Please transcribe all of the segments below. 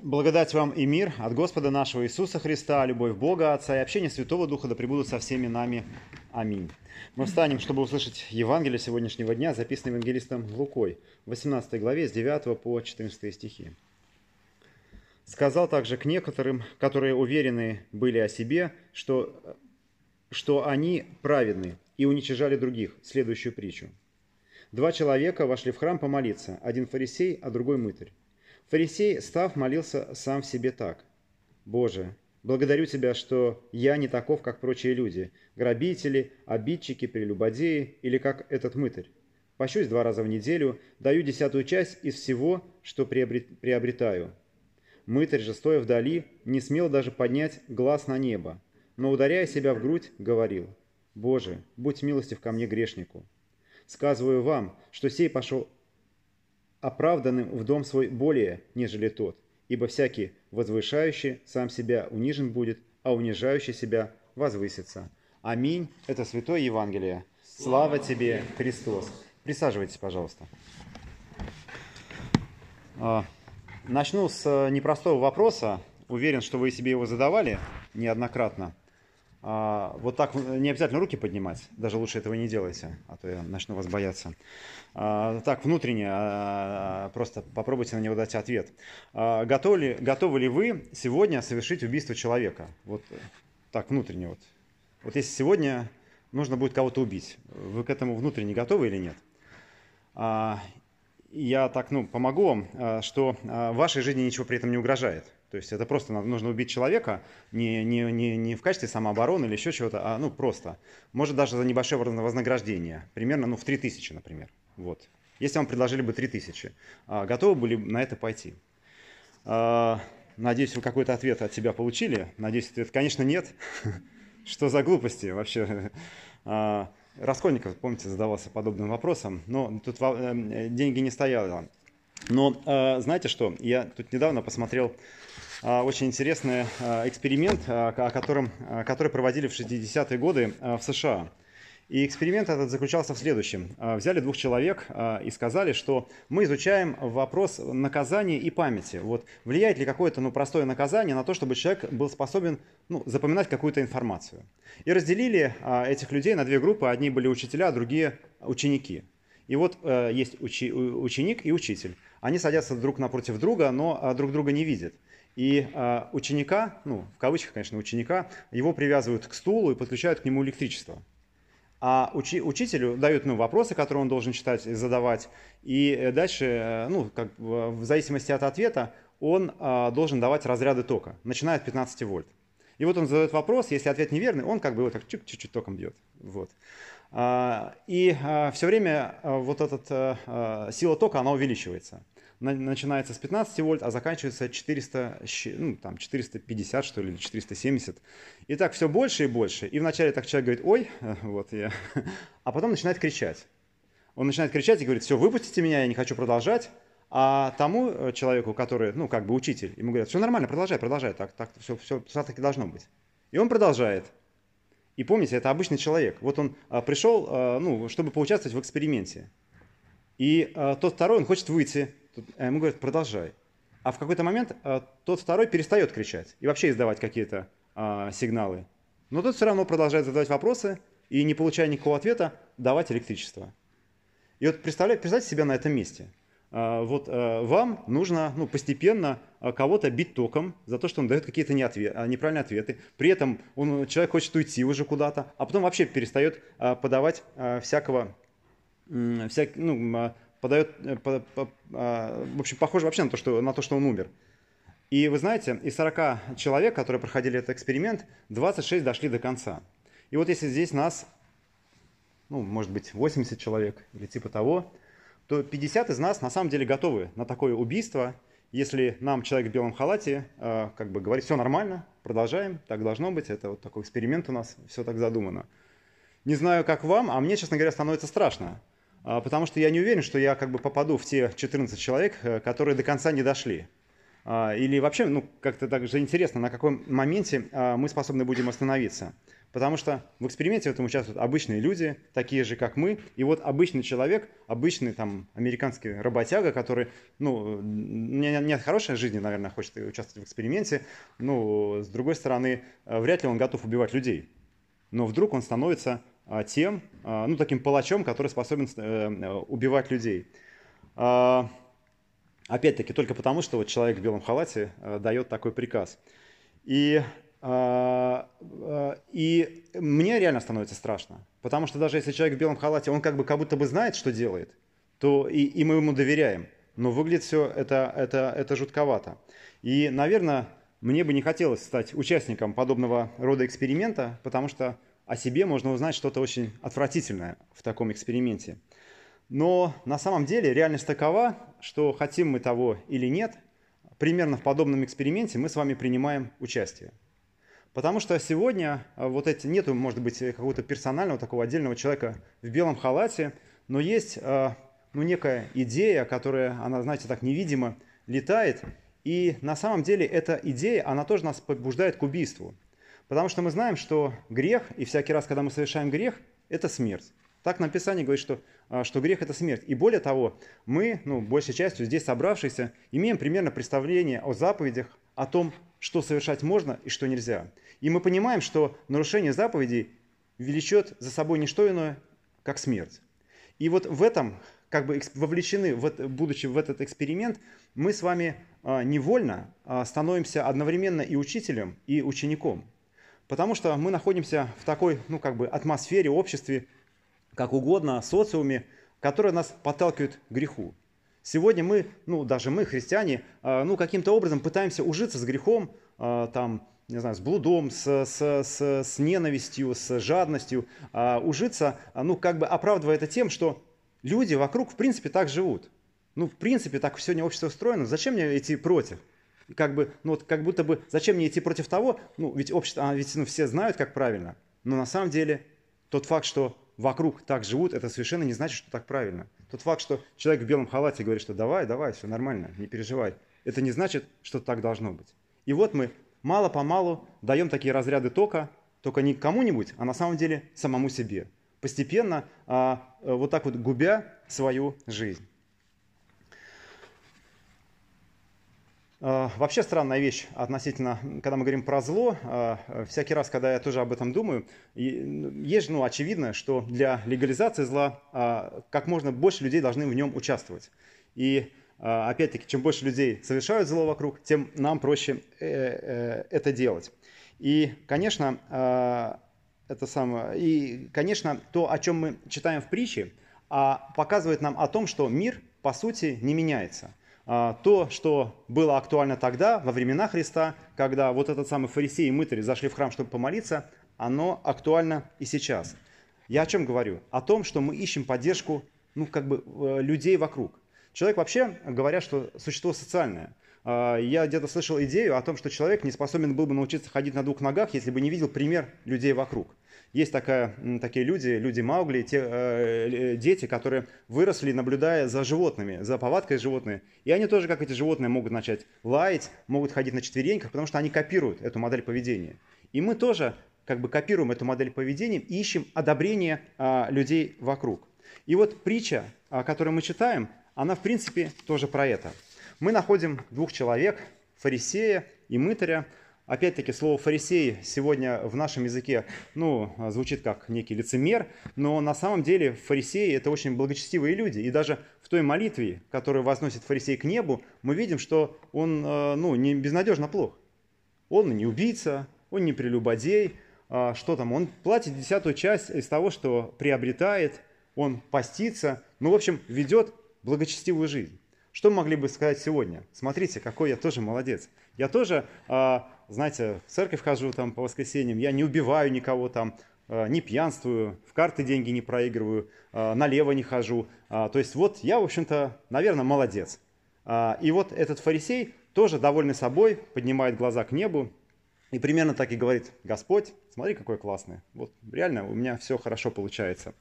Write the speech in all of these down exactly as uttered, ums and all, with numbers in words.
Благодать вам и мир от Господа нашего Иисуса Христа, любовь Бога Отца и общение Святого Духа да пребудут со всеми нами. Аминь. Мы встанем, чтобы услышать Евангелие сегодняшнего дня, записанное евангелистом Лукой, в восемнадцатой главе, с девятого по четырнадцатый стихи. «Сказал также к некоторым, которые уверены были о себе, что, что они праведны, и уничижали других, следующую притчу. Два человека вошли в храм помолиться, один фарисей, а другой мытарь. Фарисей, став, молился сам в себе так: «Боже, благодарю Тебя, что я не таков, как прочие люди, грабители, обидчики, прелюбодеи или как этот мытарь. Пощусь два раза в неделю, даю десятую часть из всего, что приобретаю». Мытарь же, стоя вдали, не смел даже поднять глаз на небо, но, ударяя себя в грудь, говорил: «Боже, будь милостив ко мне, грешнику. Сказываю вам, что сей пошел оправданным в дом свой более, нежели тот, ибо всякий возвышающий сам себя унижен будет, а унижающий себя возвысится». Аминь. Это Святое Евангелие. Слава тебе, Христос. Присаживайтесь, пожалуйста. Начну с непростого вопроса. Уверен, что вы себе его задавали неоднократно. Вот так не обязательно руки поднимать, даже лучше этого не делайте, а то я начну вас бояться. Так, внутренне, просто попробуйте на него дать ответ. Готовы ли, готовы ли вы сегодня совершить убийство человека? Вот так, внутренне. Вот. Вот если сегодня нужно будет кого-то убить, вы к этому внутренне готовы или нет? Я так, ну, помогу вам, что в вашей жизни ничего при этом не угрожает. То есть это просто нужно убить человека не, не, не, не в качестве самообороны или еще чего-то, а ну просто. Может даже за небольшое вознаграждение. Примерно ну, в три тысячи, например. Вот. Если вам предложили бы три тысячи, готовы были на это пойти? Надеюсь, вы какой-то ответ от себя получили. Надеюсь, ответ, конечно, нет. Что за глупости вообще? Раскольников, помните, задавался подобным вопросом, но тут деньги не стояло. Но знаете что, я тут недавно посмотрел очень интересный эксперимент, о котором, который проводили в шестидесятые годы в США. И эксперимент этот заключался в следующем. Взяли двух человек и сказали, что мы изучаем вопрос наказания и памяти. Вот влияет ли какое-то ну, простое наказание на то, чтобы человек был способен ну, запоминать какую-то информацию. И разделили этих людей на две группы. Одни были учителя, а другие ученики. И вот есть учи, ученик и учитель. Они садятся друг напротив друга, но друг друга не видят. И ученика, ну в кавычках, конечно, ученика, его привязывают к стулу и подключают к нему электричество. А учи, учителю дают ну, вопросы, которые он должен читать и задавать, и дальше, ну, как, в зависимости от ответа, он а, должен давать разряды тока, начиная от пятнадцати вольт. И вот он задает вопрос, если ответ неверный, он как бы вот так чуть-чуть током бьет. Вот. А, и а, все время а, вот эта а, сила тока, она увеличивается. Начинается с пятнадцати вольт, а заканчивается четыреста, ну, там, четыреста пятьдесят, что ли, или четыреста семьдесят. И так все больше и больше. И вначале так человек говорит: ой, вот я. А потом начинает кричать. Он начинает кричать и говорит: все, выпустите меня, я не хочу продолжать. А тому человеку, который, ну, как бы учитель, ему говорят: все нормально, продолжай, продолжай, так, так, все, все, все так и должно быть. И он продолжает. И помните, это обычный человек. Вот он пришел, ну, чтобы поучаствовать в эксперименте. И тот второй, он хочет выйти. Ему говорят: продолжай. А в какой-то момент а, тот второй перестает кричать и вообще издавать какие-то а, сигналы. Но тот все равно продолжает задавать вопросы и, не получая никакого ответа, давать электричество. И вот представляете, представьте себя на этом месте. А, вот а, вам нужно ну, постепенно а, кого-то бить током за то, что он дает какие-то неответ, а, неправильные ответы. При этом он, человек хочет уйти уже куда-то, а потом вообще перестает а, подавать а, всякого... М, всяк, ну, подает, по, по, в общем, похоже вообще на то, что, на то, что он умер. И вы знаете, из сорока человек, которые проходили этот эксперимент, двадцать шесть дошли до конца. И вот если здесь нас, ну, может быть, восемьдесят человек или типа того, то пятьдесят из нас на самом деле готовы на такое убийство, если нам человек в белом халате как бы говорит: все нормально, продолжаем, так должно быть, это вот такой эксперимент у нас, все так задумано. Не знаю, как вам, а мне, честно говоря, становится страшно. Потому что я не уверен, что я как бы попаду в те четырнадцать человек, которые до конца не дошли. Или вообще, ну, как-то так же интересно, на каком моменте мы способны будем остановиться. Потому что в эксперименте в этом участвуют обычные люди, такие же, как мы. И вот обычный человек, обычный там американский работяга, который, ну, не- нет хорошей жизни, наверное, хочет участвовать в эксперименте. Ну, с другой стороны, э, вряд ли он готов убивать людей. Но вдруг он становится а, тем, а, ну, таким палачом, который способен э, убивать людей. А, Опять-таки, только потому, что вот человек в белом халате э, дает такой приказ. И, а, а, и мне реально становится страшно. Потому что даже если человек в белом халате, он как бы как будто бы знает, что делает, то и, и мы ему доверяем. Но выглядит все это, это, это жутковато. И, наверное, мне бы не хотелось стать участником подобного рода эксперимента, потому что о себе можно узнать что-то очень отвратительное в таком эксперименте. Но на самом деле реальность такова, что хотим мы того или нет, примерно в подобном эксперименте мы с вами принимаем участие. Потому что сегодня вот эти, нету, может быть, какого-то персонального такого отдельного человека в белом халате, но есть ну, некая идея, которая, она, знаете, так невидимо летает. И на самом деле эта идея, она тоже нас побуждает к убийству. Потому что мы знаем, что грех, и всякий раз, когда мы совершаем грех, это смерть. Так нам Писание говорит, что, что грех – это смерть. И более того, мы, ну, большей частью здесь собравшиеся, имеем примерно представление о заповедях, о том, что совершать можно и что нельзя. И мы понимаем, что нарушение заповедей влечет за собой не что иное, как смерть. И вот в этом, как бы вовлечены, будучи в этот эксперимент, мы с вами невольно становимся одновременно и учителем, и учеником. Потому что мы находимся в такой, ну, как бы атмосфере, обществе, как угодно, социуме, которое нас подталкивает к греху. Сегодня мы, ну, даже мы, христиане, ну, каким-то образом пытаемся ужиться с грехом, там, не знаю, с блудом, с, с, с, с ненавистью, с жадностью, ужиться, ну, как бы оправдывая это тем, что люди вокруг, в принципе, так живут. Ну, в принципе, так сегодня общество устроено. Зачем мне идти против? Как бы, ну, вот, как будто бы, зачем мне идти против того? Ну, ведь общество, а, ведь ну, все знают, как правильно. Но на самом деле тот факт, что вокруг так живут, это совершенно не значит, что так правильно. Тот факт, что человек в белом халате говорит, что давай, давай, все нормально, не переживай, это не значит, что так должно быть. И вот мы мало-помалу даем такие разряды тока, только не кому-нибудь, а на самом деле самому себе. Постепенно а, вот так вот губя свою жизнь. Вообще странная вещь относительно, когда мы говорим про зло, всякий раз, когда я тоже об этом думаю, есть, ну, очевидно, что для легализации зла как можно больше людей должны в нем участвовать. И опять-таки, чем больше людей совершают зло вокруг, тем нам проще это делать. И, конечно, это самое, и, конечно, то, о чем мы читаем в притче, показывает нам о том, что мир, по сути, не меняется. То, что было актуально тогда, во времена Христа, когда вот этот самый фарисей и мытарь зашли в храм, чтобы помолиться, оно актуально и сейчас. Я о чем говорю? О том, что мы ищем поддержку, ну, как бы, людей вокруг. Человек вообще, говорят, что существо социальное. Я где-то слышал идею о том, что человек не способен был бы научиться ходить на двух ногах, если бы не видел пример людей вокруг. Есть такая, такие люди, люди Маугли, те, э, дети, которые выросли, наблюдая за животными, за повадкой животных. И они тоже, как эти животные, могут начать лаять, могут ходить на четвереньках, потому что они копируют эту модель поведения. И мы тоже как бы копируем эту модель поведения и ищем одобрение э, людей вокруг. И вот притча, э, которую мы читаем, она в принципе тоже про это. Мы находим двух человек, фарисея и мытаря. Опять-таки, слово «фарисей» сегодня в нашем языке, ну, звучит как некий лицемер, но на самом деле фарисеи – это очень благочестивые люди. И даже в той молитве, которую возносит фарисей к небу, мы видим, что он, ну, не безнадежно плох. Он не убийца, он не прелюбодей, что там, он платит десятую часть из того, что приобретает, он постится, ну, в общем, ведет благочестивую жизнь. Что мы могли бы сказать сегодня? Смотрите, какой я тоже молодец. Я тоже, знаете, в церковь хожу там по воскресеньям, я не убиваю никого там, не пьянствую, в карты деньги не проигрываю, налево не хожу. То есть вот я, в общем-то, наверное, молодец. И вот этот фарисей тоже довольный собой, поднимает глаза к небу и примерно так и говорит: Господь, смотри, какой классный. Вот реально у меня все хорошо получается.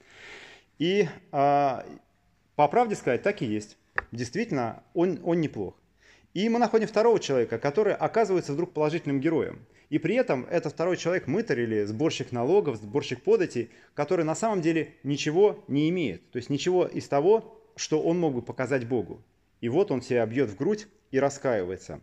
И по правде сказать, так и есть. Действительно, он, он неплох. И мы находим второго человека, который оказывается вдруг положительным героем. И при этом это второй человек, мытарь или сборщик налогов, сборщик податей, который на самом деле ничего не имеет. То есть ничего из того, что он мог бы показать Богу. И вот он себя бьет в грудь и раскаивается.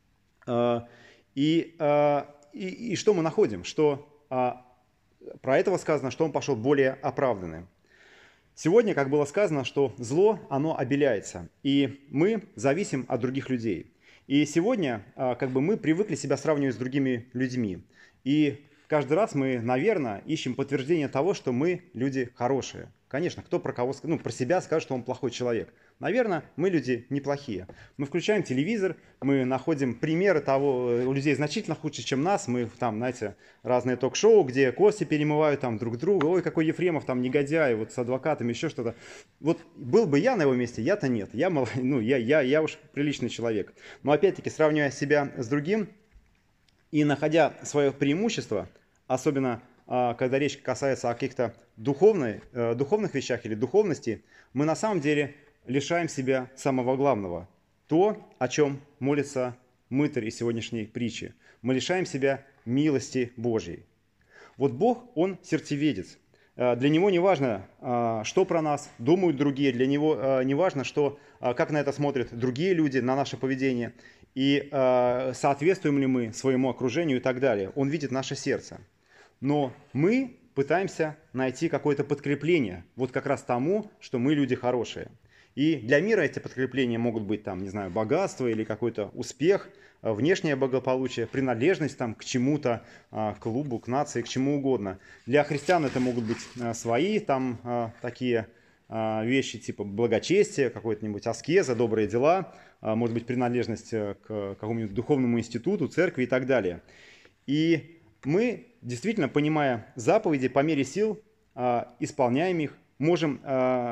И, и, и что мы находим? Что про этого сказано, что он пошел более оправданным. Сегодня, как было сказано, что зло, оно обеляется, и мы зависим от других людей. И сегодня как бы мы привыкли себя сравнивать с другими людьми. И каждый раз мы, наверное, ищем подтверждение того, что мы люди хорошие. Конечно, кто про кого, ну, про себя скажет, что он плохой человек. Наверное, мы люди неплохие. Мы включаем телевизор, мы находим примеры того, у людей значительно хуже, чем нас. Мы там, знаете, разные ток-шоу, где кости перемывают там друг друга. Ой, какой Ефремов там негодяй, вот с адвокатами, еще что-то. Вот был бы я на его месте, я-то нет. Я, ну, я, я, я уж приличный человек. Но опять-таки, сравнивая себя с другим и находя свое преимущество, особенно когда речь касается о каких-то духовных, духовных вещах или духовности, мы на самом деле лишаем себя самого главного. То, о чем молится мытарь из сегодняшней притчи. Мы лишаем себя милости Божьей. Вот Бог, Он сердцеведец. Для Него не важно, что про нас думают другие, для Него не важно, что, как на это смотрят другие люди, на наше поведение, и соответствуем ли мы своему окружению и так далее. Он видит наше сердце. Но мы пытаемся найти какое-то подкрепление вот как раз тому, что мы люди хорошие. И для мира эти подкрепления могут быть, там, не знаю, богатство или какой-то успех, внешнее благополучие, принадлежность там, к чему-то, к клубу, к нации, к чему угодно. Для христиан это могут быть свои там такие вещи типа благочестия, какой-нибудь аскеза, добрые дела, может быть принадлежность к какому-нибудь духовному институту, церкви и так далее. И мы, действительно, понимая заповеди, по мере сил, исполняем их, можем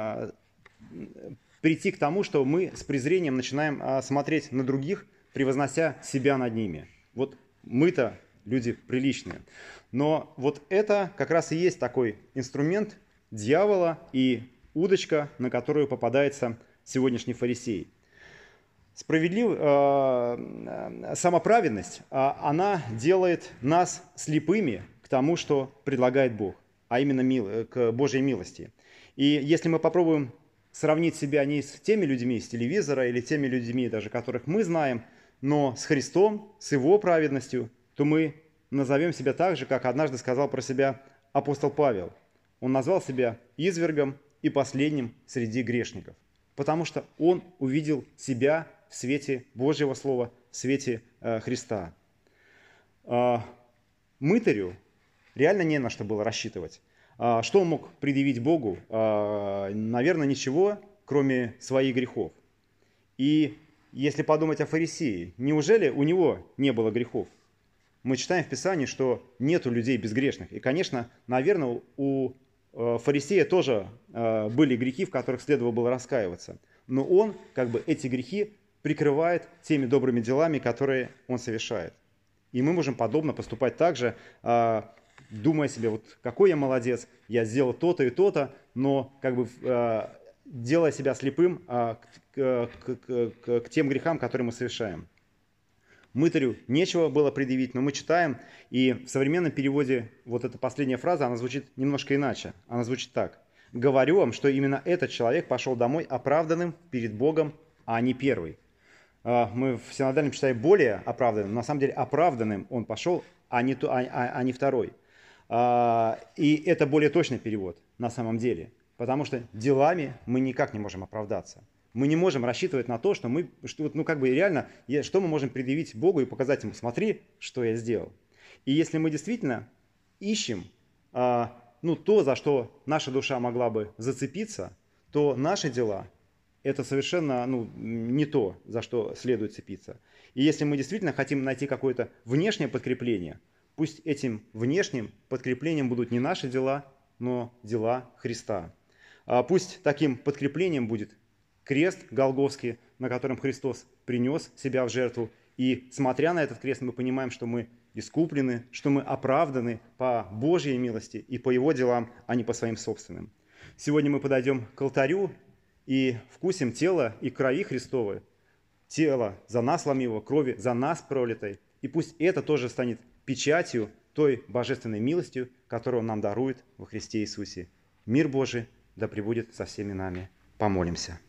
прийти к тому, что мы с презрением начинаем смотреть на других, превознося себя над ними. Вот мы-то люди приличные. Но вот это как раз и есть такой инструмент дьявола и удочка, на которую попадается сегодняшний фарисей. Справедлив... Самоправедность, она делает нас слепыми к тому, что предлагает Бог, а именно мил... к Божьей милости. И если мы попробуем сравнить себя не с теми людьми с телевизора или теми людьми, даже которых мы знаем, но с Христом, с Его праведностью, то мы назовем себя так же, как однажды сказал про себя апостол Павел. Он назвал себя извергом и последним среди грешников, потому что он увидел себя в свете Божьего Слова, в свете э, Христа. Э, мытарю реально не на что было рассчитывать. Э, что он мог предъявить Богу? Э, наверное, ничего, кроме своих грехов. И если подумать о фарисее, неужели у него не было грехов? Мы читаем в Писании, что нету людей безгрешных. И, конечно, наверное, у фарисея тоже были грехи, в которых следовало было раскаиваться. Но он как бы эти грехи прикрывает теми добрыми делами, которые он совершает. И мы можем подобно поступать так же, думая себе, вот какой я молодец, я сделал то-то и то-то, но как бы делая себя слепым к, к, к, к тем грехам, которые мы совершаем. Мытарю нечего было предъявить, но мы читаем, и в современном переводе вот эта последняя фраза, она звучит немножко иначе. Она звучит так. «Говорю вам, что именно этот человек пошел домой оправданным перед Богом, а не первый». Мы в синодальном читаем более оправданным, но на самом деле оправданным он пошел, а не, то, а, а, а не второй. И это более точный перевод на самом деле, потому что делами мы никак не можем оправдаться. Мы не можем рассчитывать на то, что мы, что, ну как бы реально, что мы можем предъявить Богу и показать Ему, смотри, что я сделал. И если мы действительно ищем а, ну, то, за что наша душа могла бы зацепиться, то наши дела – это совершенно ну, не то, за что следует цепиться. И если мы действительно хотим найти какое-то внешнее подкрепление, пусть этим внешним подкреплением будут не наши дела, но дела Христа. А пусть таким подкреплением будет крест Голгофский, на котором Христос принес себя в жертву. И смотря на этот крест, мы понимаем, что мы искуплены, что мы оправданы по Божьей милости и по Его делам, а не по своим собственным. Сегодня мы подойдем к алтарю и вкусим тело и крови Христовы, тела за нас ломимого, крови за нас пролитой. И пусть это тоже станет печатью той божественной милостью, которую Он нам дарует во Христе Иисусе. Мир Божий да пребудет со всеми нами. Помолимся.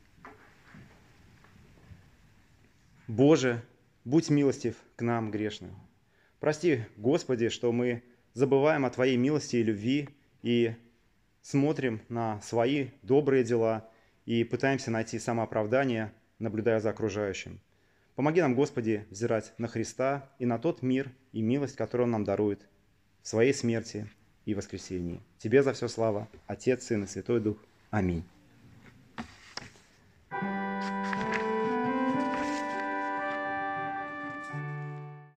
Боже, будь милостив к нам, грешным. Прости, Господи, что мы забываем о Твоей милости и любви и смотрим на свои добрые дела и пытаемся найти самооправдание, наблюдая за окружающим. Помоги нам, Господи, взирать на Христа и на тот мир и милость, которую Он нам дарует в Своей смерти и воскресении. Тебе за все слава, Отец, Сын и Святой Дух. Аминь.